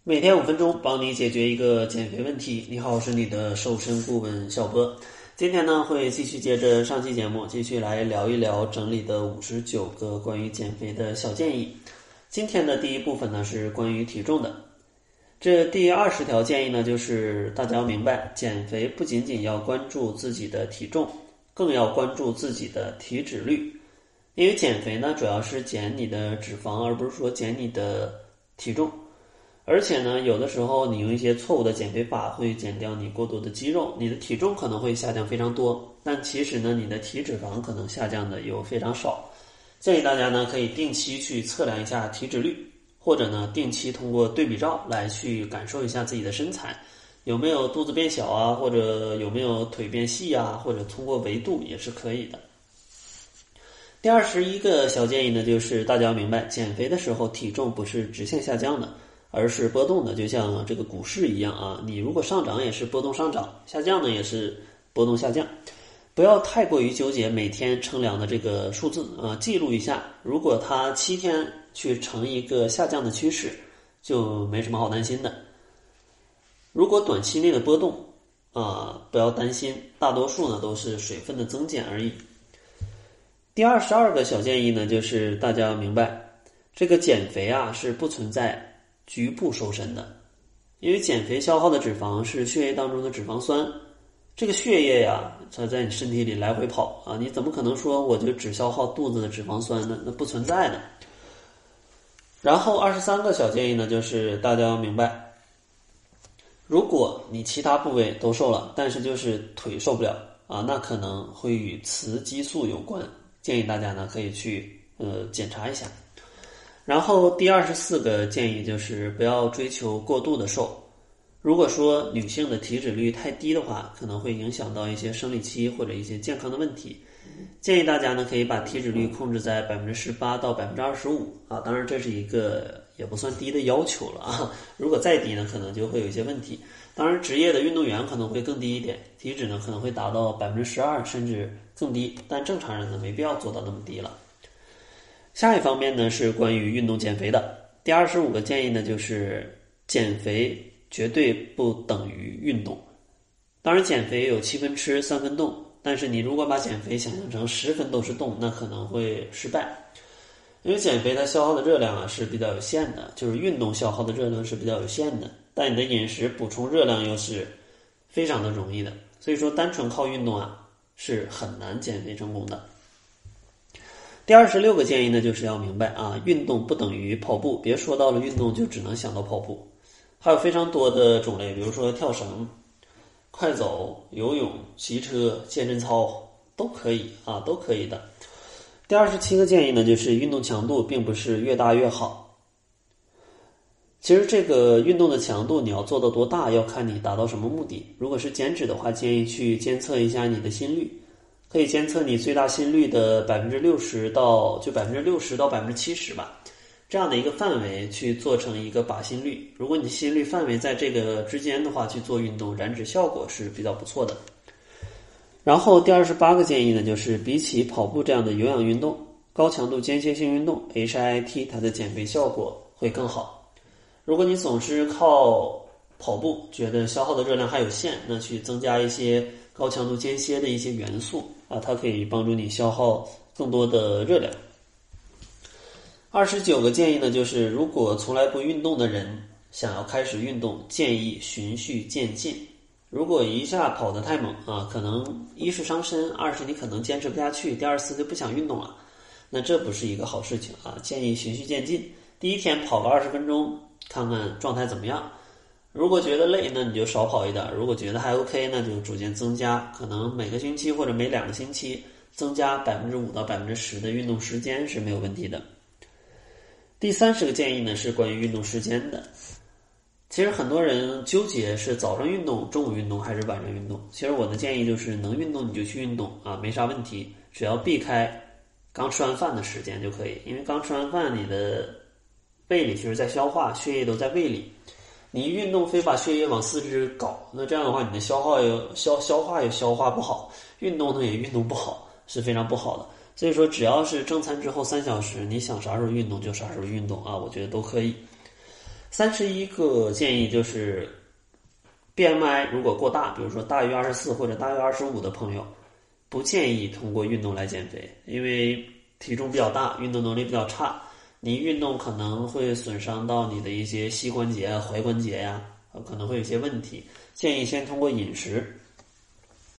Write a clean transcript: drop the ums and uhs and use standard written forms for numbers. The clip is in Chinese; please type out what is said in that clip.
每天5分钟，帮你解决一个减肥问题。你好，我是你的瘦身顾问小波。今天呢，会继续接着上期节目，继续来聊一聊整理的59个关于减肥的小建议。今天的第一部分呢，是关于体重的。这第20条建议呢，就是大家要明白，减肥不仅仅要关注自己的体重，更要关注自己的体脂率。因为减肥呢，主要是减你的脂肪，而不是说减你的体重。而且呢，有的时候你用一些错误的减肥法会减掉你过多的肌肉，你的体重可能会下降非常多，但其实呢，你的体脂肪可能下降的又非常少。建议大家呢可以定期去测量一下体脂率，或者呢定期通过对比照来去感受一下自己的身材，有没有肚子变小啊，或者有没有腿变细啊，或者通过维度也是可以的。第21个小建议呢，就是大家要明白，减肥的时候体重不是直线下降的，而是波动的，就像这个股市一样啊，你如果上涨也是波动上涨，下降呢也是波动下降。不要太过于纠结每天称量的这个数字啊，记录一下，如果它7天去呈一个下降的趋势，就没什么好担心的。如果短期内的波动不要担心，大多数呢都是水分的增减而已。第22个小建议呢，就是大家要明白，这个减肥是不存在局部瘦身的，因为减肥消耗的脂肪是血液当中的脂肪酸，这个血液它在你身体里来回跑你怎么可能说我就只消耗肚子的脂肪酸呢？那不存在的。然后23个小建议呢，就是大家要明白，如果你其他部位都瘦了，但是就是腿瘦不了那可能会与雌激素有关，建议大家呢可以去检查一下。然后第24个建议就是不要追求过度的瘦。如果说女性的体脂率太低的话，可能会影响到一些生理期或者一些健康的问题。建议大家呢可以把体脂率控制在18%到25%当然这是一个也不算低的要求了如果再低呢，可能就会有一些问题。当然职业的运动员可能会更低一点，体脂呢可能会达到12%甚至更低，但正常人呢没必要做到那么低了。下一方面呢是关于运动减肥的。第25个建议呢，就是减肥绝对不等于运动。当然减肥有7分吃3分动，但是你如果把减肥想象成10分都是动，那可能会失败。因为减肥它消耗的热量是比较有限的，就是运动消耗的热量是比较有限的，但你的饮食补充热量又是非常的容易的，所以说单纯靠运动是很难减肥成功的。第26个建议呢，就是要明白运动不等于跑步，别说到了运动就只能想到跑步，还有非常多的种类，比如说跳绳、快走、游泳、骑车、健身操都可以都可以的。第27个建议呢，就是运动强度并不是越大越好。其实这个运动的强度你要做到多大，要看你达到什么目的。如果是减脂的话，建议去监测一下你的心率，可以监测你最大心率的60%到70%吧，这样的一个范围去做成一个靶心率。如果你的心率范围在这个之间的话，去做运动，燃脂效果是比较不错的。然后第28个建议呢，就是比起跑步这样的有氧运动，高强度间歇性运动 HIIT 它的减肥效果会更好。如果你总是靠跑步，觉得消耗的热量还有限，那去增加一些高强度间歇的一些元素它可以帮助你消耗更多的热量。29个建议呢，就是如果从来不运动的人想要开始运动，建议循序渐进。如果一下跑得太猛可能一是伤身，二是你可能坚持不下去，第二次就不想运动了，那这不是一个好事情建议循序渐进。第一天跑个20分钟，看看状态怎么样。如果觉得累，那你就少跑一点；如果觉得还 OK， 那就逐渐增加，可能每个星期或者每2个星期增加5%到10%的运动时间是没有问题的。第30个建议呢，是关于运动时间的。其实很多人纠结是早上运动、中午运动还是晚上运动。其实我的建议就是能运动你就去运动没啥问题，只要避开刚吃完饭的时间就可以。因为刚吃完饭你的胃里就是在消化，血液都在胃里，你一运动非把血液往四肢搞，那这样的话你的消化又消化不好，运动呢也运动不好，是非常不好的。所以说只要是正餐之后3小时，你想啥时候运动就啥时候运动我觉得都可以。 31个建议就是 BMI 如果过大，比如说大于24或者大于25的朋友，不建议通过运动来减肥，因为体重比较大，运动能力比较差，你运动可能会损伤到你的一些膝关节啊、踝关节呀，可能会有一些问题。建议先通过饮食